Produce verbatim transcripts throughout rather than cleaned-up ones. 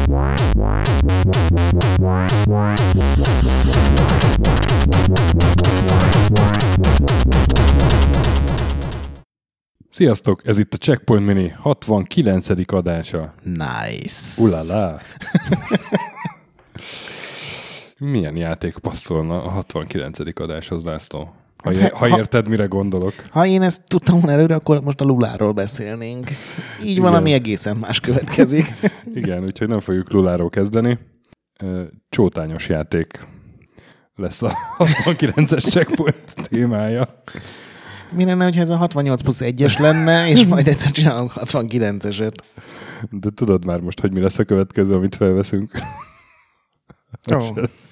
Sziasztok, ez itt a Checkpoint Mini hatvankilencedik adása. Nice. Ulala. Milyen játék passzolna a hatvankilencedik adáshoz, László? Ha, Hát, ér, ha, ha érted, mire gondolok. Ha én ezt tudtam volna előre, akkor most a Luláról beszélnénk. Így Igen. valami egészen más következik. Igen, úgyhogy nem fogjuk Luláról kezdeni. Csótányos játék lesz a hatvankilences Checkpoint témája. Mi lenne, hogyha ez a hatvannyolc plusz egyes lenne, és majd egyszer csinálunk hatvankilenceset. De tudod már most, hogy mi lesz a következő, amit felveszünk? Oh.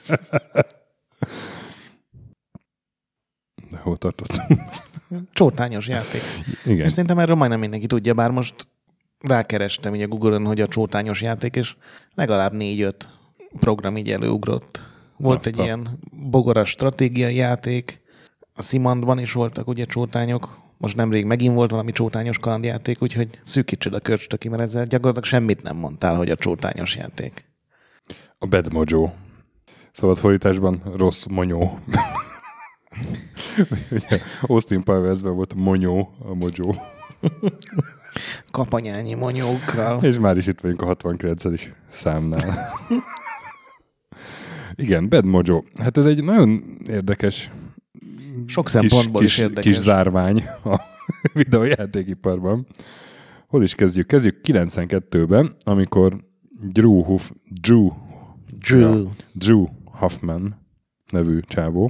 De hol tartottunk? Csótányos játék. Igen. És szerintem erről majdnem mindenki tudja, bár most rákerestem ugye Google-on, hogy a csótányos játék, és legalább négy-öt program így előugrott. Volt Aztán. egy ilyen bogaras stratégiai játék, a Simandban is voltak ugye csótányok, most nemrég megint volt valami csótányos kalandjáték, úgyhogy szűkítsd a körcsöt ki, mert ezzel gyakorlatilag semmit nem mondtál, hogy a csótányos játék. A Bad Mojo. Szabad fordításban rossz monyó. Ugye, Austin Powersben volt a monyó, a mojo. Kapanyányi monyókkal. És már is itt vagyunk a hatvankilencedik számnál. Igen, Bad Mojo. Hát ez egy nagyon érdekes Sok szempontból kis, is kis, érdekes. kis zárvány a videójátékiparban. Hol is kezdjük? Kezdjük kilencvenkettőben, amikor Drew, Huff, Drew, Drew. Drew Huffman nevű csávó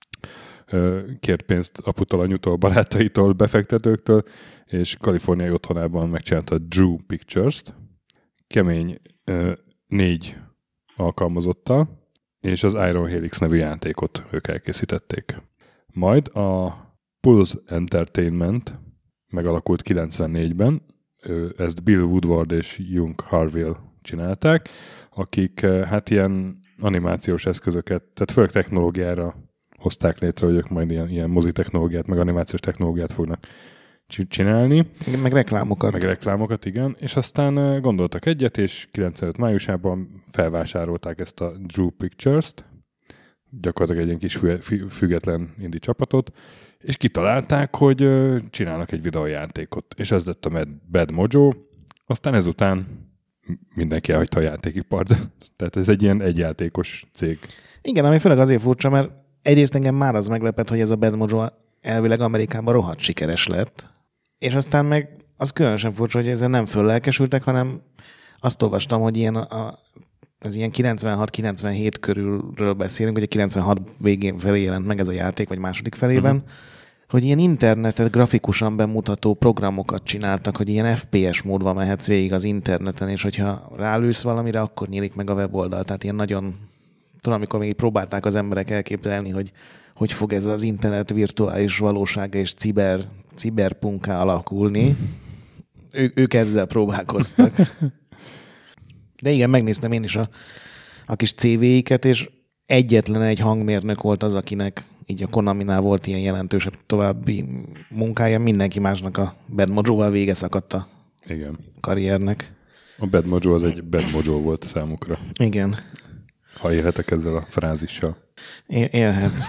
kért pénzt aputól, anyutól, barátaitól, befektetőktől, és kaliforniai otthonában megcsinálta a Drew Pictures-t. Kemény négy alkalmazottal, és az Iron Helix nevű játékot ők elkészítették. Majd a Pulse Entertainment megalakult kilencvennégyben, ezt Bill Woodward és Jung Harville csinálták, akik hát ilyen animációs eszközöket, tehát főleg technológiára hozták létre, hogy ők majd ilyen, ilyen mozi technológiát, meg animációs technológiát fognak csinálni. Meg reklámokat. Meg reklámokat, igen. És aztán gondoltak egyet, és kilencvenöt májusában felvásárolták ezt a Drew Pictures-t, gyakorlatilag egy ilyen kis független indie csapatot, és kitalálták, hogy csinálnak egy videójátékot. És ez lett a Bad Mojo. Aztán ezután mindenki elhagyta a játékipart. Tehát ez egy ilyen egyjátékos cég. Igen, ami főleg azért furcsa, mert egyrészt engem már az meglepett, hogy ez a Bad Mojo elvileg Amerikában rohadt sikeres lett. És aztán meg az különösen furcsa, hogy ezzel nem föllelkesültek, hanem azt olvastam, hogy ilyen a, ez ilyen kilencvenhat kilencvenhét körülről beszélünk, ugye kilencvenhat végén felé jelent meg ez a játék, vagy második felében, uh-huh. hogy ilyen internetet grafikusan bemutató programokat csináltak, hogy ilyen ef pé es módban mehetsz végig az interneten, és hogyha rálősz valamire, akkor nyílik meg a weboldal. Tehát ilyen nagyon, tudom, amikor még próbálták az emberek elképzelni, hogy hogy fog ez az internet virtuális valósága és ciber, ciberpunká alakulni. Ő, ők ezzel próbálkoztak. De igen, megnéztem én is a, a kis cé vé-iket, és egyetlen egy hangmérnök volt az, akinek így a Konaminál volt ilyen jelentősebb további munkája. Mindenki másnak a Bad Mojo-val vége szakadt a igen. karriernek. A Bad Mojo az egy Bad Mojo volt számukra. Igen. Ha élhetek ezzel a frázissal. É- élhetsz.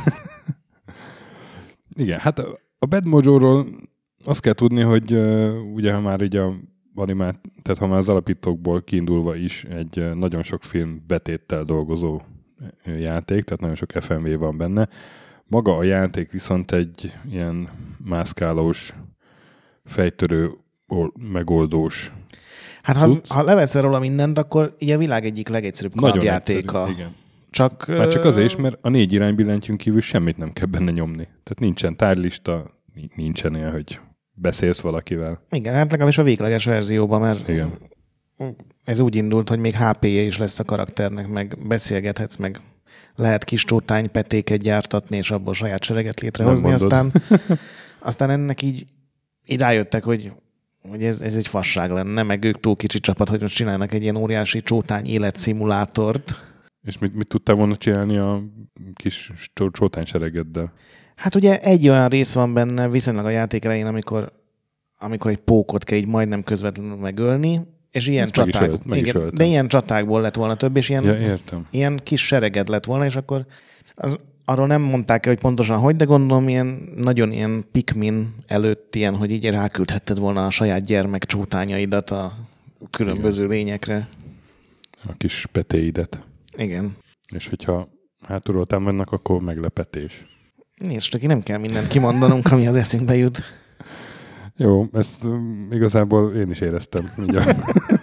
Igen, hát a Bad Mojo-ról azt kell tudni, hogy uh, ugye ha már így a animát, tehát ha már az alapítókból kiindulva is egy uh, nagyon sok film betéttel dolgozó játék, tehát nagyon sok ef em vé van benne. Maga a játék viszont egy ilyen mászkálós, fejtörő, megoldós Hát ha, ha leveszel róla mindent, akkor így a világ egyik legegyszerűbb kalandjátéka. Igen. Csak, Már csak azért is, mert a négy iránybillentyűn kívül semmit nem kell benne nyomni. Tehát nincsen tárlista, nincsen olyan, hogy beszélsz valakivel. Igen, hát legalábbis a végleges verzióban, mert igen. ez úgy indult, hogy még há pé-je is lesz a karakternek, meg beszélgethetsz, meg lehet kis csótány petéket gyártatni, és abból saját sereget létrehozni. Aztán, aztán ennek így, így rájöttek, hogy, hogy ez, ez egy fasság lenne, meg ők túl kicsi csapat, hogy most csinálnak egy ilyen óriási csótány életszimmulátort. És mit, mit tudtál volna csinálni a kis csótányseregeddel? Hát ugye egy olyan rész van benne viszonylag a játék elején, amikor, amikor egy pókot kell így majdnem közvetlenül megölni, és ilyen Ezt meg is csaták, ölt, meg is igen, öltem. de ilyen csatákból lett volna több, és ilyen, Ja, értem. ilyen kis sereged lett volna, és akkor az, arról nem mondták el, hogy pontosan hogy, de gondolom ilyen nagyon ilyen Pikmin előtt ilyen, hogy így ráküldhetted volna a saját gyermek csótányaidat a különböző igen. lényekre. A kis petéidet. Igen. És hogyha hátulról támadnak, akkor meglepetés. Nézd, aki nem kell mindent kimondanunk, ami az eszünkbe jut. Jó, ezt um, igazából én is éreztem így a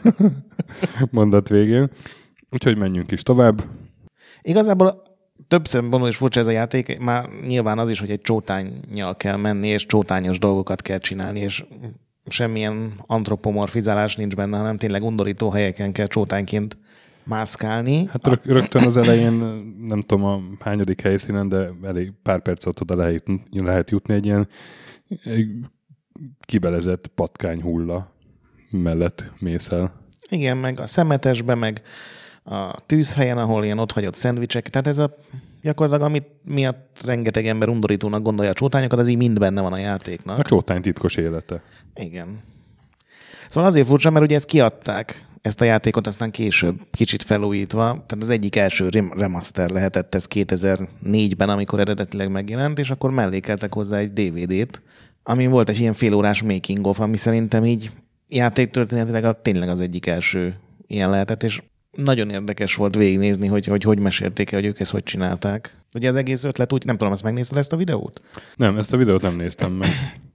mondat végén. Úgyhogy menjünk is tovább. Igazából több szempontból is furcsa ez a játék, már nyilván az is, hogy egy csótánnyal kell menni, és csótányos dolgokat kell csinálni, és semmilyen antropomorfizálás nincs benne, hanem tényleg undorító helyeken kell csótányként mászkálni. Hát rög, rögtön az elején, nem tudom a hányadik helyszínen, de elég pár perc alatt oda lehet, lehet jutni egy ilyen egy kibelezett patkány hulla mellett mész el. Igen, meg a szemetesbe, meg a tűzhelyen, ahol ilyen otthagyott szendvicsek. Tehát ez a gyakorlatilag, amit miatt rengeteg ember undorítónak gondolja a csótányokat, az így mind benne van a játéknak. A csótány titkos élete. Igen. Szóval azért furcsa, mert ugye ezt kiadták, ezt a játékot aztán később, kicsit felújítva. Tehát az egyik első remaster lehetett ez kétezer-négyben, amikor eredetileg megjelent, és akkor mellékeltek hozzá egy dé vé dét, amin volt egy ilyen félórás making of, ami szerintem így játéktörténetileg a, tényleg az egyik első ilyen lehetett, és nagyon érdekes volt végignézni, hogy hogy, hogy mesélték el, hogy ők ezt hogy csinálták. Ugye az egész ötlet úgy, nem tudom, azt megnézted ezt a videót? Nem, ezt a videót nem néztem meg.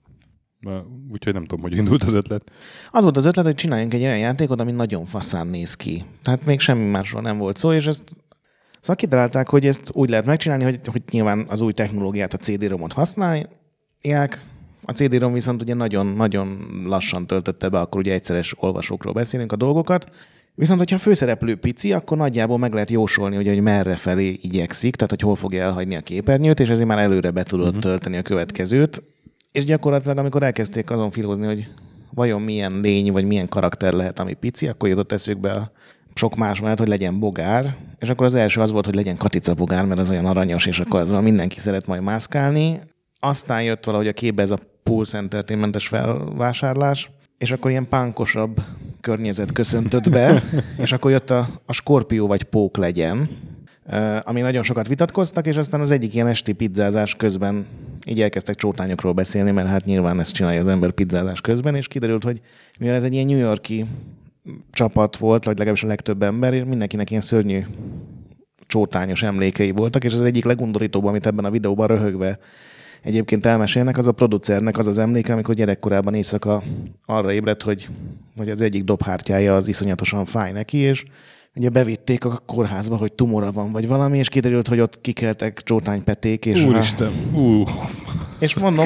Úgyhogy nem tudom, hogy indult az ötlet. Az volt az ötlet, hogy csináljunk egy olyan játékot, ami nagyon faszán néz ki. Tehát még semmi másról nem volt szó, és ezt szóval kitalálták, hogy ezt úgy lehet megcsinálni, hogy, hogy nyilván az új technológiát, a cé dé-romot használják. A cé dé-rom viszont ugye nagyon-nagyon lassan töltötte be, akkor ugye egyszeres olvasókról beszélünk a dolgokat. Viszont, hogyha a főszereplő pici, akkor nagyjából meg lehet jósolni, hogy, hogy merre felé igyekszik, tehát hogy hol fogja elhagyni a képernyőt, és ezért már előre be tudod uh-huh. tölteni a következőt. És gyakorlatilag, amikor elkezdték azon filózni, hogy vajon milyen lény, vagy milyen karakter lehet, ami pici, akkor jutott eszükbe a sok más mellett, hogy legyen bogár. És akkor az első az volt, hogy legyen Katica bogár, mert az olyan aranyos, és akkor azzal mindenki szeret majd mászkálni. Aztán jött valahogy a képbe ez a Pulse Entertainmentes felvásárlás, és akkor ilyen pánkosabb környezet köszöntött be, és akkor jött a, a Skorpió vagy Pók legyen, ami nagyon sokat vitatkoztak, és aztán az egyik ilyen esti pizzázás közben így elkezdtek csótányokról beszélni, mert hát nyilván ezt csinálja az ember pizzázás közben, és kiderült, hogy mivel ez egy ilyen New York-i csapat volt, vagy legalábbis a legtöbb ember, mindenkinek ilyen szörnyű csótányos emlékei voltak, és az egyik legundorítóbb, amit ebben a videóban röhögve egyébként elmesélnek, az a producernek az az emléke, amikor gyerekkorában éjszaka arra ébredt, hogy, hogy az egyik dobhártyája az iszonyatosan fáj neki, és ugye bevitték a kórházba, hogy tumora van, vagy valami, és kiderült, hogy ott kikeltek csótánypeték, és... Úristen! Uh. És mondom...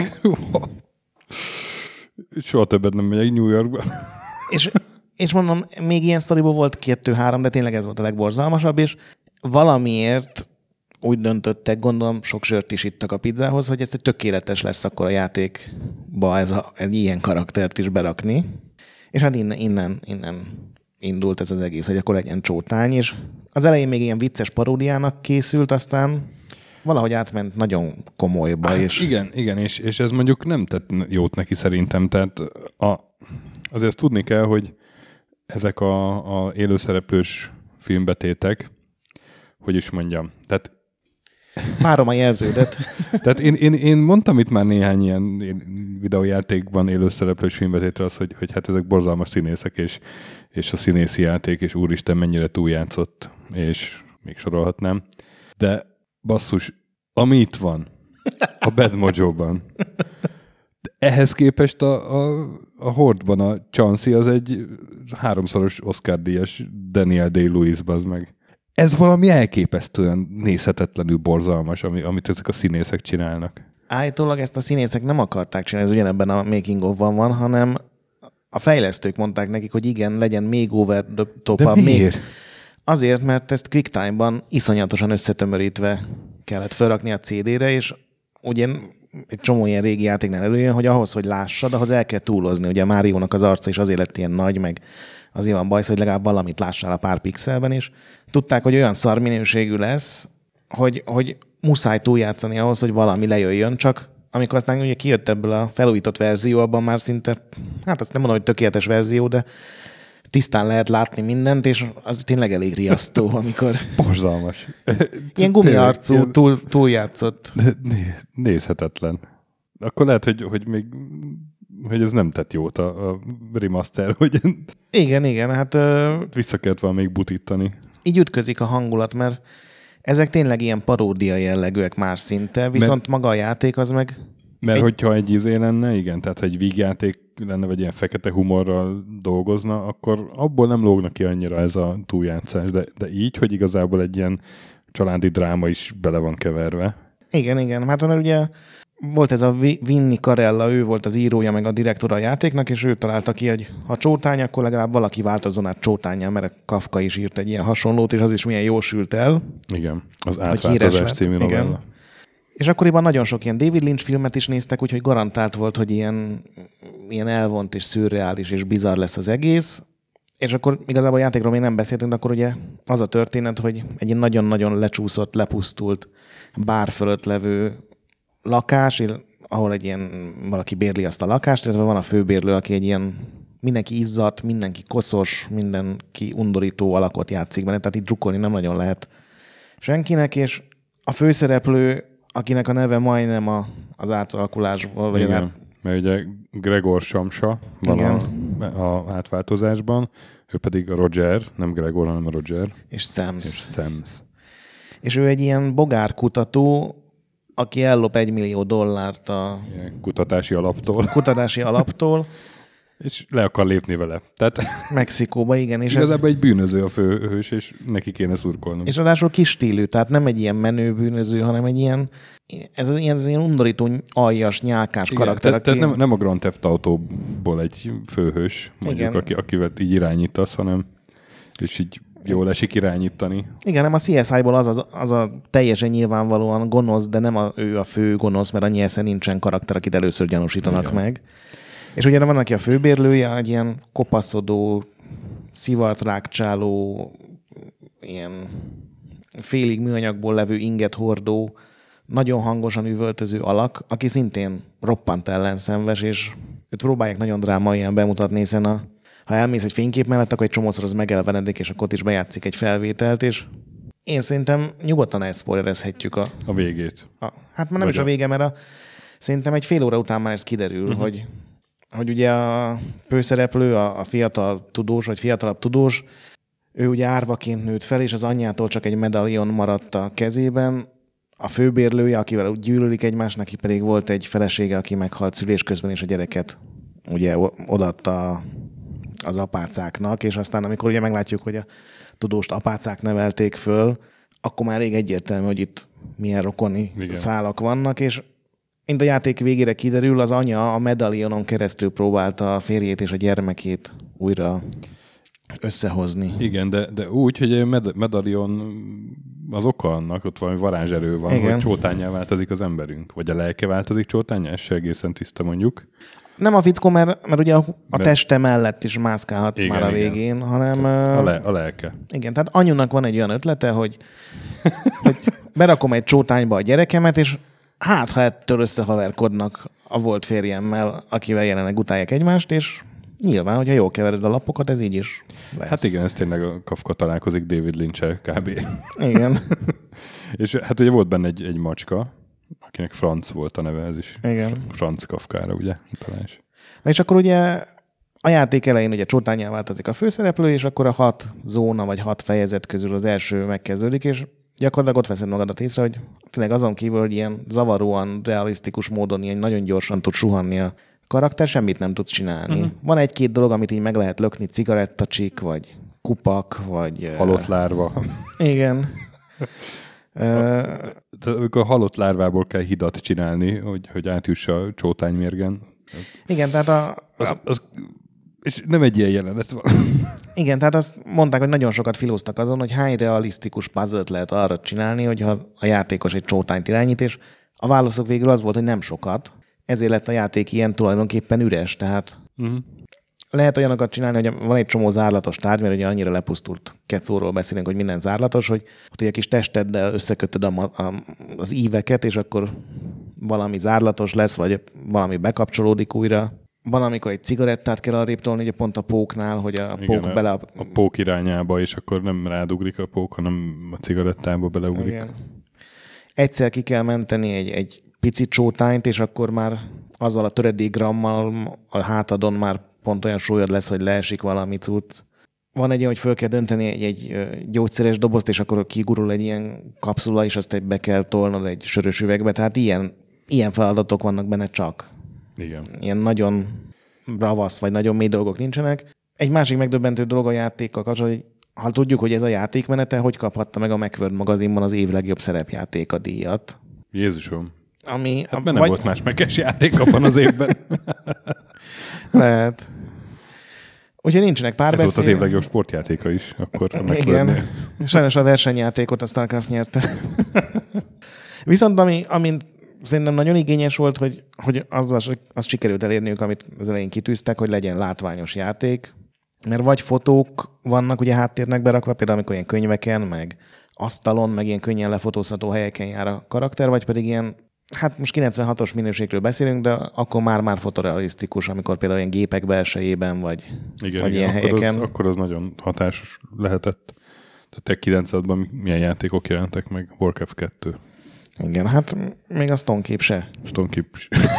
Soha többet nem megyek New Yorkba. És, és mondom, még ilyen sztoriból volt kettő-három, de tényleg ez volt a legborzalmasabb, és valamiért úgy döntöttek, gondolom, sok sört is ittak a pizzához, hogy ez egy tökéletes lesz akkor a játékba ez a, egy ilyen karaktert is berakni. És hát innen, innen, innen indult ez az egész, hogy akkor legyen csótány, és az elején még ilyen vicces paródiának készült, aztán valahogy átment nagyon komolyba. Hát, és... Igen, igen, és, és ez mondjuk nem tett jót neki szerintem, tehát a, azért ezt tudni kell, hogy ezek a, a élőszereplős filmbetétek, hogy is mondjam, tehát Várom a jelződet. Tehát én, én, én mondtam itt már néhány ilyen videójátékban élőszereplős filmbetétre az, hogy, hogy hát ezek borzalmas színészek, és, és a színészi játék, és úristen mennyire túljátszott, és még sorolhatnám. De basszus, ami itt van, a Bad Mojo-ban, ehhez képest a, a, a Horde-ban a Chansey az egy háromszoros Oscar-díjas Daniel Day-Lewis, bazd meg. Ez valami elképesztően nézhetetlenül borzalmas, ami, amit ezek a színészek csinálnak. Állítólag ezt a színészek nem akarták csinálni, ez ugyanebben a making of-ban van, hanem a fejlesztők mondták nekik, hogy igen, legyen még over the top. De miért? Még... Azért, mert ezt QuickTime-ban iszonyatosan összetömörítve kellett felrakni a cé dére, és ugye egy csomó ilyen régi játéknál előjön, hogy ahhoz, hogy lássad, ahhoz el kell túlozni. Ugye a Máriónak az arca is azért lett ilyen nagy, meg azért van baj, hogy legalább valamit lássál a pár pixelben is. Tudták, hogy olyan szar minőségű lesz, hogy, hogy muszáj túljátszani ahhoz, hogy valami lejöjjön, csak amikor aztán ugye kijött ebből a felújított verzió, abban már szinte, hát azt nem mondom, hogy tökéletes verzió, de tisztán lehet látni mindent, és az tényleg elég riasztó, amikor... Borzalmas. Ilyen gumiarcú, túl, túljátszott. Né- nézhetetlen. Akkor lehet, hogy, hogy még hogy ez nem tett jót a, a remaster, hogy igen, igen, hát... Ö... vissza kellett valamelyik butítani. Így ütközik a hangulat, mert ezek tényleg ilyen paródia jellegűek más szinte, viszont mert, maga a játék az meg... Mert egy... hogyha egy izé lenne, igen, tehát ha egy vígjáték lenne, vagy ilyen fekete humorral dolgozna, akkor abból nem lógna ki annyira ez a túljátszás, de, de így, hogy igazából egy ilyen családi dráma is bele van keverve. Igen, igen, hát mert ugye volt ez a Vinnie Carella, ő volt az írója, meg a direktora a játéknak, és ő találta ki, hogy ha csótány, akkor legalább valaki változzon át csótánnyal, mert a Kafka is írt egy ilyen hasonlót, és az is milyen jól sült el. Igen, az Átváltozás című novella. És akkoriban nagyon sok ilyen David Lynch filmet is néztek, úgyhogy garantált volt, hogy ilyen, ilyen elvont és szürreális és bizarr lesz az egész. És akkor igazából a játékról még nem beszéltünk, de akkor ugye az a történet, hogy egy ilyen nagyon-nagyon lecsúszott, lepusztult, bár fölött levő lakás, ahol egy ilyen valaki bérli azt a lakást, illetve van a főbérlő, aki egy ilyen mindenki izzadt, mindenki koszos, mindenki undorító alakot játszik benne, tehát itt drukkolni nem nagyon lehet senkinek, és a főszereplő, akinek a neve majdnem a, az átalakulásból, vagy igen, át... mert ugye Gregor Samsa van a, a átváltozásban, ő pedig a Roger, nem Gregor, hanem a Roger. És Sams. És Sams. És ő egy ilyen bogárkutató, aki ellop egy millió dollárt a ilyen kutatási alaptól. Kutatási alaptól. És le akar lépni vele. Tehát Mexikóba, igen. És igazából ez... egy bűnöző a főhős, és neki kéne szurkolnom. És ráadásul kis stílű, tehát nem egy ilyen menő bűnöző, hanem egy ilyen, ez az ilyen, ez ilyen undorító, aljas, nyálkás igen, karakter. Tehát aki... nem, nem a Grand Theft Autóból egy főhős, mondjuk, aki, akivel így irányítasz, hanem és így jól esik irányítani. Igen, nem a C S I-ból az, az, az a teljesen nyilvánvalóan gonosz, de nem a, ő a fő gonosz, mert annyi esze nincsen karakter, akit először gyanúsítanak igen. meg. És ugye van, aki a főbérlője, egy ilyen kopaszodó, szivart rákcsáló, ilyen félig műanyagból levő inget hordó, nagyon hangosan üvöltöző alak, aki szintén roppant ellenszenves, és őt próbálják nagyon drámaian bemutatni, hiszen a, ha elmész egy fénykép mellett, akkor egy csomószor az megelvenedik, és akkor ott is bejátszik egy felvételt, és én szerintem nyugodtan elszpoilerezhetjük a... A végét. A, hát már nem is a vége, mert a, szerintem egy fél óra után már ez kiderül, uh-huh. hogy hogy ugye a főszereplő, a, a fiatal tudós, vagy fiatalabb tudós, ő ugye árvaként nőtt fel, és az anyjától csak egy medalion maradt a kezében. A főbérlője, akivel úgy gyűlölik egymást, neki pedig volt egy felesége, aki meghalt szülés közben, és a gyereket ugye odaadta az apácáknak, és aztán amikor ugye meglátjuk, hogy a tudóst apácák nevelték föl, akkor már elég egyértelmű, hogy itt milyen rokoni igen. szálak vannak, és mint a játék végére kiderül, az anya a medalionon keresztül próbálta a férjét és a gyermekét újra összehozni. Igen, de, de úgy, hogy a med- medalion az oka annak, ott valami varázserő van, igen. hogy csótánnyá változik az emberünk. Vagy a lelke változik csótánnyá, ez se egészen tiszta mondjuk. Nem a fickó, mert, mert ugye a, a teste mellett is mászkálhatsz igen, már a végén, igen. hanem... A, le, a lelke. Igen, tehát anyunak van egy olyan ötlete, hogy, hogy berakom egy csótányba a gyerekemet, és hát, ha ettől összehaverkodnak a volt férjemmel, akivel jelenleg utálják egymást, és nyilván, hogyha jól kevered a lapokat, ez így is lesz. Hát igen, ez tényleg a Kafka találkozik David Lynch-el kb. Igen. És hát ugye volt benne egy, egy macska, akinek Franz volt a neve, ez is. Igen. Franz Kafkára, ugye? Talán is. Na és akkor ugye a játék elején ugye csótánnyá változik a főszereplő, és akkor a hat zóna vagy hat fejezet közül az első megkezdődik, és gyakorlatilag ott veszed magadat észre, hogy tényleg azon kívül, hogy ilyen zavaróan, realisztikus módon ilyen nagyon gyorsan tud suhanni a karakter, semmit nem tudsz csinálni. Uh-huh. Van egy-két dolog, amit így meg lehet lökni, cigarettacsik, vagy kupak, vagy... Halott lárva. Igen. A, amikor halott lárvából kell hidat csinálni, hogy, hogy átjuss a csótánymérgen. Igen, tehát a... Az, az, és nem egy ilyen jelenet van. Igen, tehát azt mondták, hogy nagyon sokat filóztak azon, hogy hány realisztikus puzzle-t lehet arra csinálni, hogyha a játékos egy csótányt irányít, és a válaszok végül az volt, hogy nem sokat. Ezért lett a játék ilyen tulajdonképpen üres, tehát uh-huh. lehet olyanokat csinálni, hogy van egy csomó zárlatos tárgy, mert ugye annyira lepusztult kecóról beszélünk, hogy minden zárlatos, hogy ott egy kis testeddel összekötöd a, a, az íveket, és akkor valami zárlatos lesz, vagy valami bekapcsolódik újra. van, amikor egy cigarettát kell arrébb tolni, ugye pont a póknál, hogy a Igen, pók bele... A... a pók irányába, és akkor nem rádugrik a pók, hanem a cigarettába beleugrik. Igen. Egyszer ki kell menteni egy, egy pici csótányt, és akkor már azzal a töredék grammal a hátadon már pont olyan súlyod lesz, hogy leesik valami cucc. Van egy ilyen, hogy föl kell dönteni egy, egy gyógyszeres dobozt, és akkor kigurul egy ilyen kapszula, és azt be kell tolnod egy sörös üvegbe. Tehát ilyen, ilyen feladatok vannak benne csak. Igen. Ilyen nagyon ravasz, vagy nagyon mély dolgok nincsenek. Egy másik megdöbbentő dolog a játékkal kapcsolatban, hogy ha tudjuk, hogy ez a játékmenete, hogy kaphatta meg a Macworld magazinban az év legjobb szerepjátéka díjat. Jézusom. Ami, hát mert nem vagy... volt más mekes játék abban az évben. Lehet. Úgyhogy nincsenek párbeszéd. Ez volt az év legjobb sportjátéka is. Akkor igen. Sajnos a versenyjátékot a StarCraft nyerte. Viszont ami, ami szerintem nagyon igényes volt, hogy, hogy azzal, azt sikerült elérniük, amit az elején kitűztek, hogy legyen látványos játék. Mert vagy fotók vannak ugye háttérnek berakva, például amikor ilyen könyveken, meg asztalon, meg ilyen könnyen lefotózható helyeken jár a karakter, vagy pedig ilyen, hát most kilencvenhatos minőségről beszélünk, de akkor már-már fotorealisztikus, amikor például ilyen gépek belsejében, vagy, igen, vagy igen, ilyen akkor helyeken. Az, akkor az nagyon hatásos lehetett. Tehát te kilencvenhatban milyen játékok jelentek meg? Warcraft kettő. Igen, hát még a Stonekeep se. Stonekeep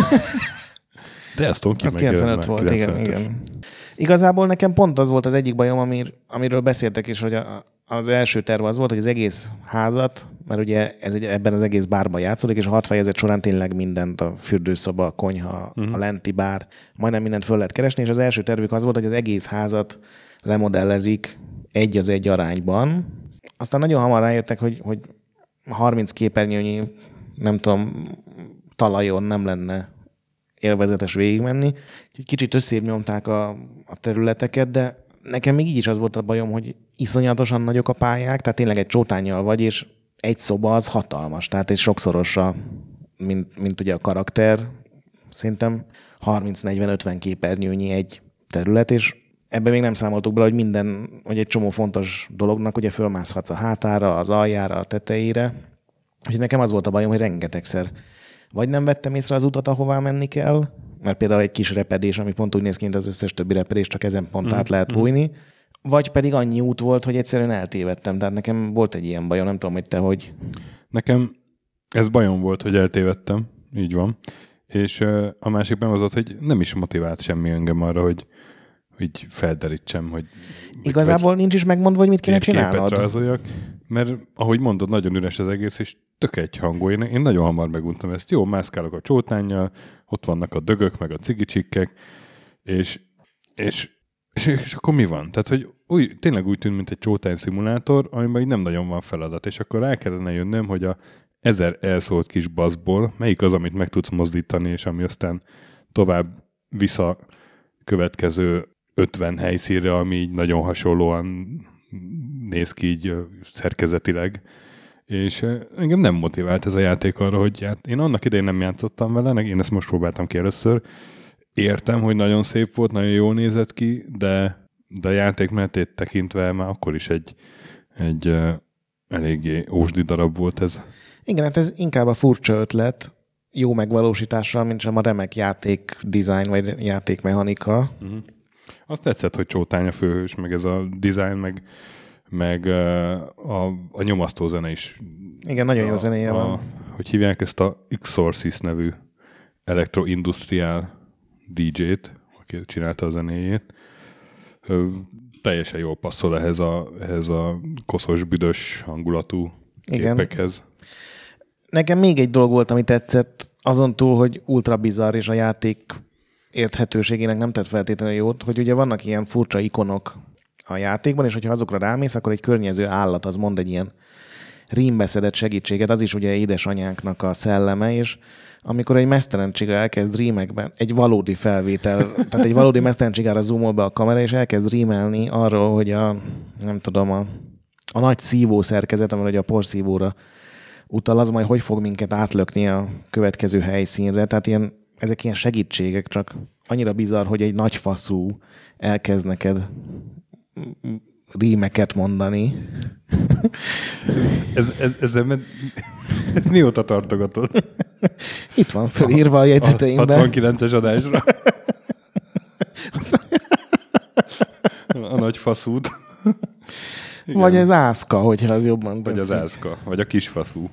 De a Stonekeep az kilencvenöt volt, igen, igen. Igazából nekem pont az volt az egyik bajom, amir, amiről beszéltek is, hogy a, az első terv az volt, hogy az egész házat, mert ugye ez egy, ebben az egész bárban játszódik, és a hat fejezet során tényleg mindent, a fürdőszoba, a konyha, uh-huh. a lenti bár, majdnem mindent föl lehet keresni, és az első tervük az volt, hogy az egész házat lemodellezik egy az egy arányban. Aztán nagyon hamar rájöttek, hogy, hogy harminc képernyőnyi, nem tudom, talajon nem lenne élvezetes végigmenni. Egy kicsit összébb nyomták a, a területeket, de nekem még így is az volt a bajom, hogy iszonyatosan nagyok a pályák, tehát tényleg egy csótánnyal vagy, és egy szoba az hatalmas, tehát egy sokszorosa, mint, mint ugye a karakter, szerintem harminc-negyven-ötven képernyőnyi egy terület, és ebben még nem számoltuk bele, hogy minden, hogy egy csomó fontos dolognak ugye fölmászhatsz a hátára, az aljára, a tetejére. Úgyhogy nekem az volt a bajom, hogy rengetegszer vagy nem vettem észre az utat, ahová menni kell, mert például egy kis repedés, ami pont úgy néz ki, mint az összes többi repedés, csak ezen pont mm. át lehet bújni, vagy pedig annyi út volt, hogy egyszerűen eltévedtem. Tehát nekem volt egy ilyen bajom, nem tudom, hogy te hogy... Nekem ez bajom volt, hogy eltévedtem, így van. És a másik nem az volt, hogy nem is motivált semmi engem arra, hogy hogy felderítsem, hogy... Igazából nincs is megmondva, hogy mit kéne csinálnod. Rázoljak, mert ahogy mondod, nagyon üres az egész, és tök egyhangú. Én, én nagyon hamar meguntam ezt. Jó, mászkálok a csótánnyal, ott vannak a dögök, meg a cigicsikkek, és, és, és, és akkor mi van? Tehát, hogy úgy, tényleg úgy tűnt, mint egy csótány szimulátor, amiben így nem nagyon van feladat, és akkor rá kellene jönnöm, hogy a ezer elszólt kis baszból melyik az, amit meg tudsz mozdítani, és ami aztán tovább vissza következő ötven helyszínre, ami így nagyon hasonlóan néz ki így szerkezetileg. És engem nem motivált ez a játék arra, hogy ját... én annak idején nem játszottam vele, én ezt most próbáltam ki először. Értem, hogy nagyon szép volt, nagyon jól nézett ki, de, de a játékmenetét tekintve már akkor is egy, egy uh, eléggé ósdi darab volt ez. Igen, hát ez inkább a furcsa ötlet, jó megvalósítással, mint sem a remek játék design vagy játékmechanika. Uh-huh. Azt tetszett, hogy csótány a főhős, meg ez a design, meg, meg a, a nyomasztó zene is. Igen, nagyon jó zenéje van. Hogy hívják ezt a Xorcis nevű elektroindustriál dé jét, aki csinálta a zenéjét. Teljesen jól passzol ehhez a, ehhez a koszos, büdös hangulatú képekhez. Igen. Nekem még egy dolog volt, ami tetszett, azon túl, hogy ultra bizarr, és a játék érthetőségének nem tett feltétlenül jót, hogy ugye vannak ilyen furcsa ikonok a játékban, és hogyha azokra rámész, akkor egy környező állat az mond egy ilyen rímbeszedett segítséget, az is ugye édesanyánknak a szelleme, és amikor egy mesztelen csiga elkezd rímekben, egy valódi felvétel, tehát egy valódi mesztelen csigára zoomol be a kamera, és elkezd rímelni arról, hogy a, nem tudom, a, a nagy szívó szerkezet, amely a porszívóra utal, az majd hogy fog minket átlökni a következő helyszínre, tehát ilyen ezek ilyen segítségek, csak annyira bizarr, hogy egy nagy faszú elkezd neked rímeket mondani. ez, ez, ezzel med... mióta tartogatod? Itt van fölírva a jegyzeteimben. hatvankilences adásra. faszút. Vagy az ászka, hogyha az jobban Vagy az ászka, vagy a kisfaszú.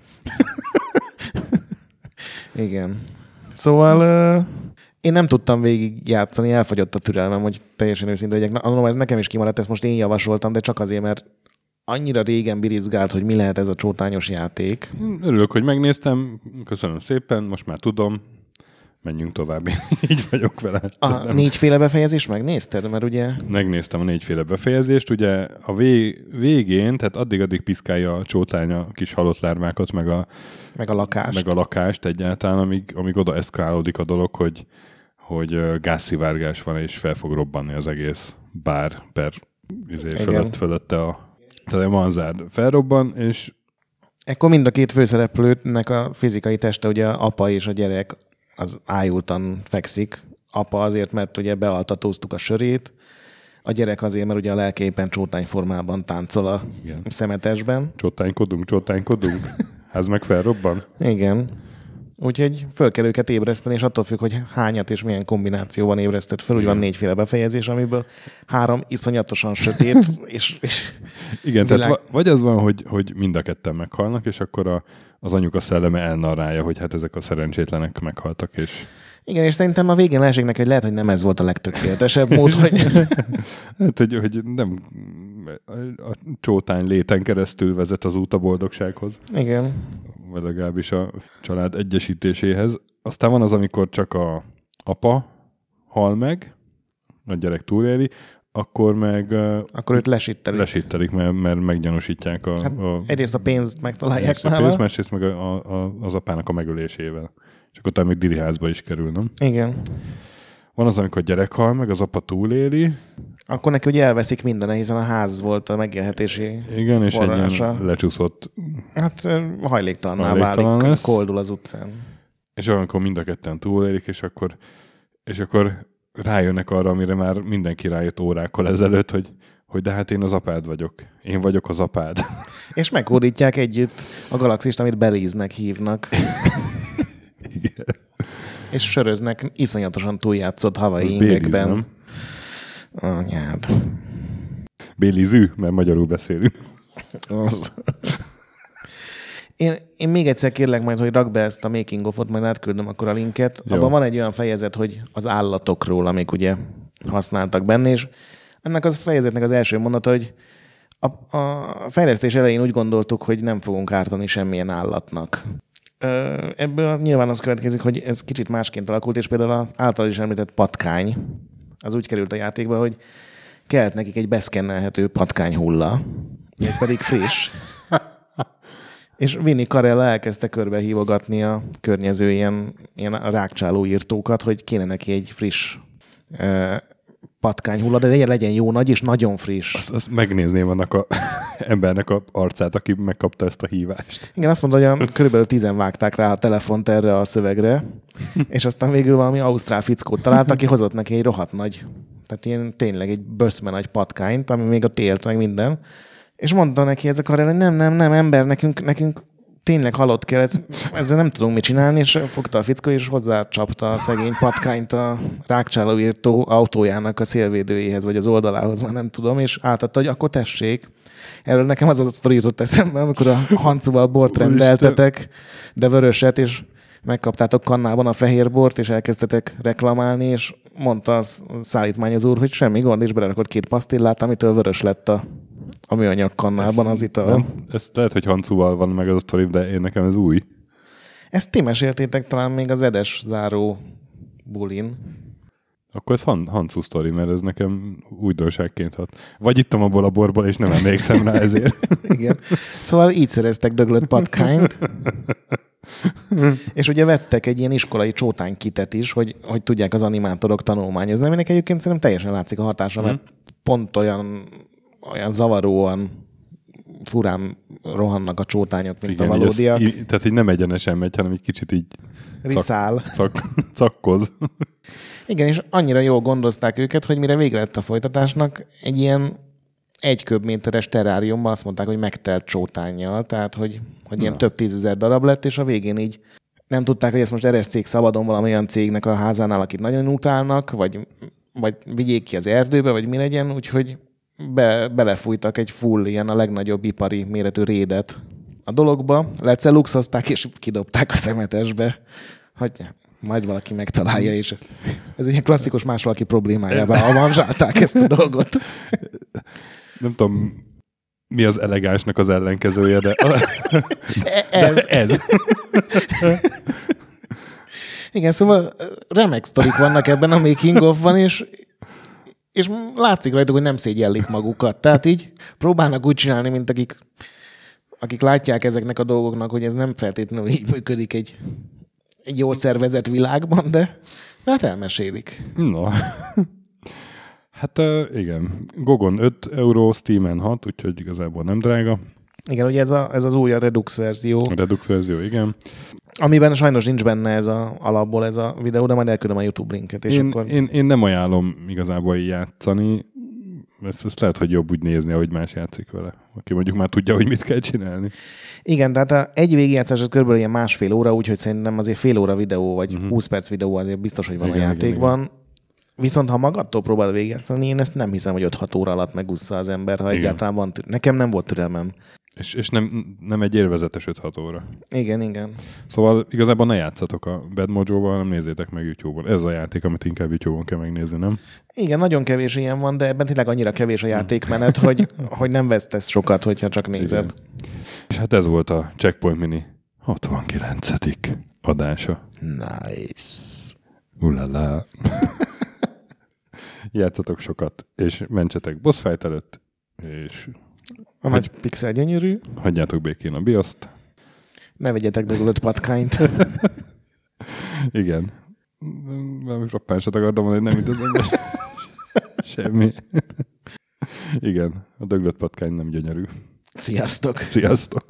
Igen. Szóval uh, én nem tudtam végig játszani, elfogyott a türelmem, hogy teljesen őszinte legyek. Na, ez nekem is kimaradt, ezt most én javasoltam, de csak azért, mert annyira régen birizgált, hogy mi lehet ez a csótányos játék. Örülök, hogy megnéztem, köszönöm szépen, most már tudom. Menjünk tovább, így vagyok vele. A négyféle befejezést megnézted? Mert ugye... Megnéztem a négyféle befejezést, ugye a vég, végén, tehát addig-addig piszkálja a csótány a kis halott lármákat, meg a, meg a lakást. Meg a lakást egyáltalán, amíg, amíg oda eszkálódik a dolog, hogy, hogy gázszivárgás van, és fel fog robbanni az egész bár per fölött, fölötte a... Tehát a manzár felrobban, és... Ekkor mind a két főszereplőnek a fizikai teste, ugye apa és a gyerek az ájultan fekszik. Apa azért, mert ugye bealtatóztuk a sörét, a gyerek azért, mert ugye a lelke éppen csótány formában táncol a Igen. szemetesben. Csótánykodunk, csótánkodunk. Ez meg felrobban. Igen. Úgyhogy föl kell őket ébreszteni, és attól függ, hogy hányat és milyen kombinációban ébresztett föl. Úgy van négyféle befejezés, amiből három iszonyatosan sötét, és, és Igen, világ... tehát vagy az van, hogy, hogy mind a ketten meghalnak, és akkor a, az anyuka szelleme elnarrálja, hogy hát ezek a szerencsétlenek meghaltak, és... Igen, és szerintem a végén leesik neki, hogy lehet, hogy nem ez volt a legtökéletesebb mód, hogy... hát, hogy, hogy nem a csótány léten keresztül vezet az út a boldogsághoz. Igen. Vagy legalábbis a család egyesítéséhez. Aztán van az, amikor csak a apa hal meg, a gyerek túléli, akkor meg... Akkor őt lesittelik. Lesittelik, mert, mert meggyanúsítják a... Hát a egyrészt a pénzt megtalálják egyrészt a pénzt, másrészt meg a, a, az apának a megölésével. És akkor talán még diriházba is kerül, nem? Igen. Van az, amikor a gyerek hal meg, az apa túléli. Akkor neki ugye elveszik mindene, hiszen a ház volt a megélhetési Igen, forrása. És egy ilyen lecsúszott... Hát hajléktalanná hajléktalan válik, lesz. koldul az utcán. És olyankor mind a ketten túlélik, és akkor, és akkor rájönnek arra, amire már mindenki rájött órákkal ezelőtt, hogy, hogy de hát én az apád vagyok. Én vagyok az apád. És meghódítják együtt a galaxist, amit Belize-nek hívnak. Igen. És söröznek iszonyatosan túljátszott havai ingekben. Anyád. Bélizű, mert magyarul beszélünk. Az. Én, én még egyszer kérlek majd, hogy rak be ezt a making of-ot, majd átküldöm akkor a linket. Jó. Abban van egy olyan fejezet, hogy az állatokról, amik ugye használtak benne, és ennek az fejezetnek az első mondata, hogy a, a fejlesztés elején úgy gondoltuk, hogy nem fogunk ártani semmilyen állatnak. Ebből nyilván az következik, hogy ez kicsit másként alakult, és például az által is említett patkány, az úgy került a játékba, hogy kellett nekik egy beszkennelhető patkányhulla, még pedig friss. És Vinnie Carella elkezdte körbehívogatni a környező ilyen, ilyen rákcsáló írtókat, hogy kéne neki egy friss uh, patkányhulla, de legyen jó nagy és nagyon friss. Azt, azt megnézném annak a embernek a arcát, aki megkapta ezt a hívást. Igen, azt mondta, hogy körülbelül tizen vágták rá a telefont erre a szövegre, és aztán végül valami ausztrál fickót talált, aki hozott neki egy rohadt nagy, tehát ilyen tényleg egy böszme nagy patkányt, ami még ott élt, meg minden. És mondta neki ezek arra, hogy nem, nem, nem, ember, nekünk, nekünk tényleg halott kell, ez, ezzel nem tudunk mit csinálni, és fogta a fickó, és hozzácsapta a szegény patkányt a rákcsálóírtó autójának a szélvédőjéhez, vagy az oldalához, már nem tudom, és átadta, hogy akkor tessék. Erről nekem az a sztori jutott eszembe, amikor a Hancuval bort rendeltetek, de vöröset, és megkaptátok kannában a fehér bort, és elkezdtetek reklamálni, és mondta a szállítmányozó úr, hogy semmi gond, és belerakott két pasztillát, amitől vörös lett a a műanyag kannában az ital. Nem, ez lehet, hogy Hancuval van meg az a sztori, de én nekem ez új. Ezt ti meséltétek talán még az Edes záró bulin. Akkor ez Han- Hancu sztori, mert ez nekem újdonságként hat. Vagy ittam abból a borból, és nem emlékszem rá ezért. Igen. Szóval így szereztek döglött patkányt. És ugye vettek egy ilyen iskolai csótánykitet is, hogy, hogy tudják az animátorok tanulmányozni, aminek egyébként szerintem teljesen látszik a hatása, mm. mert pont olyan olyan zavaróan furán rohannak a csótányok, mint igen, a valódiak. Ez, í- tehát így nem egyenesen megy, hanem egy kicsit így riszál. Cak, cak, cakkoz. Igen, és annyira jól gondozták őket, hogy mire vége lett a folytatásnak, egy ilyen egy köbméteres teráriumban azt mondták, hogy megtelt csótánnyal, tehát hogy, hogy ilyen több tízezer darab lett, és a végén így nem tudták, hogy ezt most er es cég szabadon valamilyen cégnek a házánál, akit nagyon utálnak, vagy, vagy vigyék ki az erdőbe, vagy mi legyen, úgyhogy be, belefújtak egy full, ilyen a legnagyobb ipari méretű rédet a dologba, lecelluxozták és kidobták a szemetesbe, hogy majd valaki megtalálja, és ez egy ilyen klasszikus más valaki problémájával avanzsálták ezt a dolgot. Nem tudom, mi az elegánsnak az ellenkezője, de... ez. De ez. Igen, szóval remek sztorik vannak ebben a making of-ban, és, és látszik rajtuk, hogy nem szégyellik magukat. Tehát így próbálnak úgy csinálni, mint akik, akik látják ezeknek a dolgoknak, hogy ez nem feltétlenül így működik egy, egy jól szervezett világban, de hát elmesélik. No. Hát uh, igen, Gogon öt euró, Steamen hat, úgyhogy igazából nem drága. Igen, ugye ez, a, ez az új a Redux verzió. A Redux verzió, igen. Amiben sajnos nincs benne ez a alapból ez a videó, de majd elküldöm a YouTube linket. És én, akkor... én, én nem ajánlom igazából játszani. Ezt, ezt lehet, hogy jobb úgy nézni, ahogy más játszik vele. Aki mondjuk már tudja, hogy mit kell csinálni. Igen, tehát a egy végigjátszás az körülbelül ilyen másfél óra, úgyhogy szerintem azért fél óra videó, vagy uh-huh. húsz perc videó azért biztos, hogy van igen, a játékban. Igen, igen. Viszont ha magadtól próbál végigjátszani, én ezt nem hiszem, hogy öt-hat óra alatt megúszza az ember, ha igen. egyáltalán van tür- Nekem nem volt türelmem. És, és nem, nem egy élvezetes öt-hat óra. Igen, igen. Szóval igazából ne játszatok a Bad Mojo-val, hanem nézzétek meg YouTube-on. Ez a játék, amit inkább YouTube-on kell megnézni, nem? Igen, nagyon kevés ilyen van, de ebben tényleg annyira kevés a játékmenet, hogy, hogy nem vesztesz sokat, hogyha csak nézed. Igen. És hát ez volt a Checkpoint Mini hatvankilencedik adása. Nice. Ulala. Játszatok sokat, és mentsetek boss fight előtt, és... A nagy pixel gyönyörű. Hagyjátok békén a bioszt. Ne vegyetek döglött patkányt. Igen. Valami frappánsat akartam mondani, nem itt az semmi. Igen, a döglött patkány nem gyönyörű. Sziasztok! Sziasztok!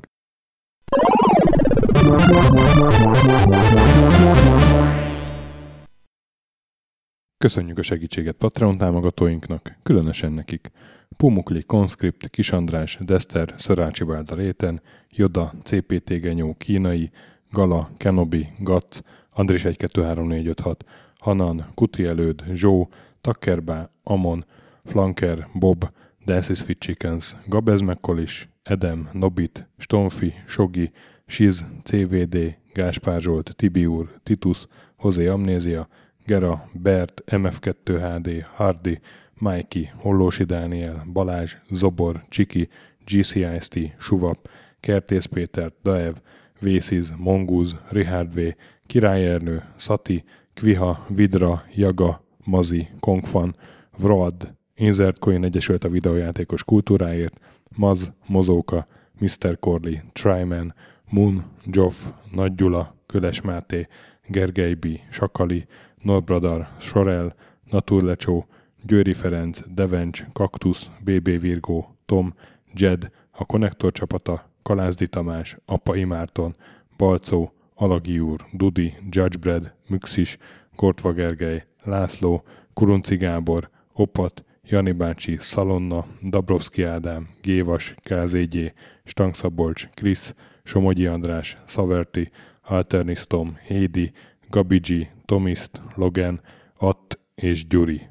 Köszönjük a segítséget Patreon támogatóinknak, különösen nekik. Pumukli, Conscript, Kis András, Dester, Szörácsi Bálda Réten, Joda, cé pé té Genyó, Kínai, Gala, Kenobi, Gac, Andris egy kettő három négy öt hat, Hanan, Kuti Előd, Zsó, Takkerbá, Amon, Flanker, Bob, The Assis Fit Chickens, Gabez Mekkolis, Edem, Nobit, Stonfi, Sogi, Siz, cé vé dé, Gáspár Zsolt, Tibiur, Titus, Hozé Amnézia, Gera, Bert, em ef kettő há dé, Hardy, Mikey, Hollósi Dániel, Balázs, Zobor, Csiki, gé cé i es té, Suvap, Kertész Péter, Daev, Vésziz, Mongúz, Richard V, Király Ernő, Szati, Kviha, Vidra, Jaga, Mazi, Kongfan, Vroad, Insert Coin Egyesült a videójátékos kultúráért, Maz, Mozóka, miszter Corley, Tryman, Moon, Joff, Nagy Gyula, Köles Máté, Gergely B, Sakali, Norbradar, Sorel, Naturlecsó, Győri Ferenc, Devencs, Kaktusz, bé bé Virgó, Tom, Jed, a Konnektor csapata, Kalázdi Tamás, Apa Imárton, Balcó, Alagi úr, Dudi, Judgebred, Müxis, Gortva Gergely, László, Kurunci Gábor, Opat, Jani bácsi, Szalonna, Dabrowski Ádám, Gévas, ká zé gyé, Stangszabolcs, Krisz, Somogyi András, Szaverti, Alternisztom, Hédi, Gabigi, Tomiszt, Logan, Att és Gyuri.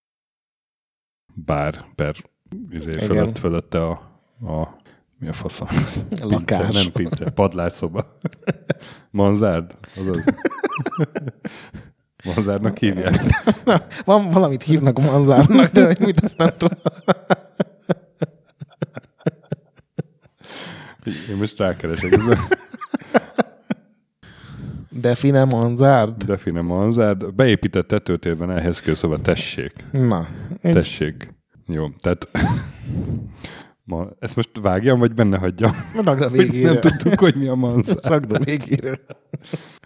Bár per üzé, fölött, fölötte a, a mi a faszom? Lakás. Pince, nem pince, padlásszoba. Manzárd? Azaz. Manzárnak hívják. Na, van valamit hívnak manzárnak, de hogy mit, azt nem tudom. Én most rákeresek. Define manzárd? Define manzárd. Beépített tetőtérben elhelyezkedő, szóval tessék. Na. Tessék. Jó, tehát... Ma, ezt most vágjam, vagy benne hagyjam? Ragd a végére. Nem tudtuk, hogy mi a manzárd. Ragd a végére.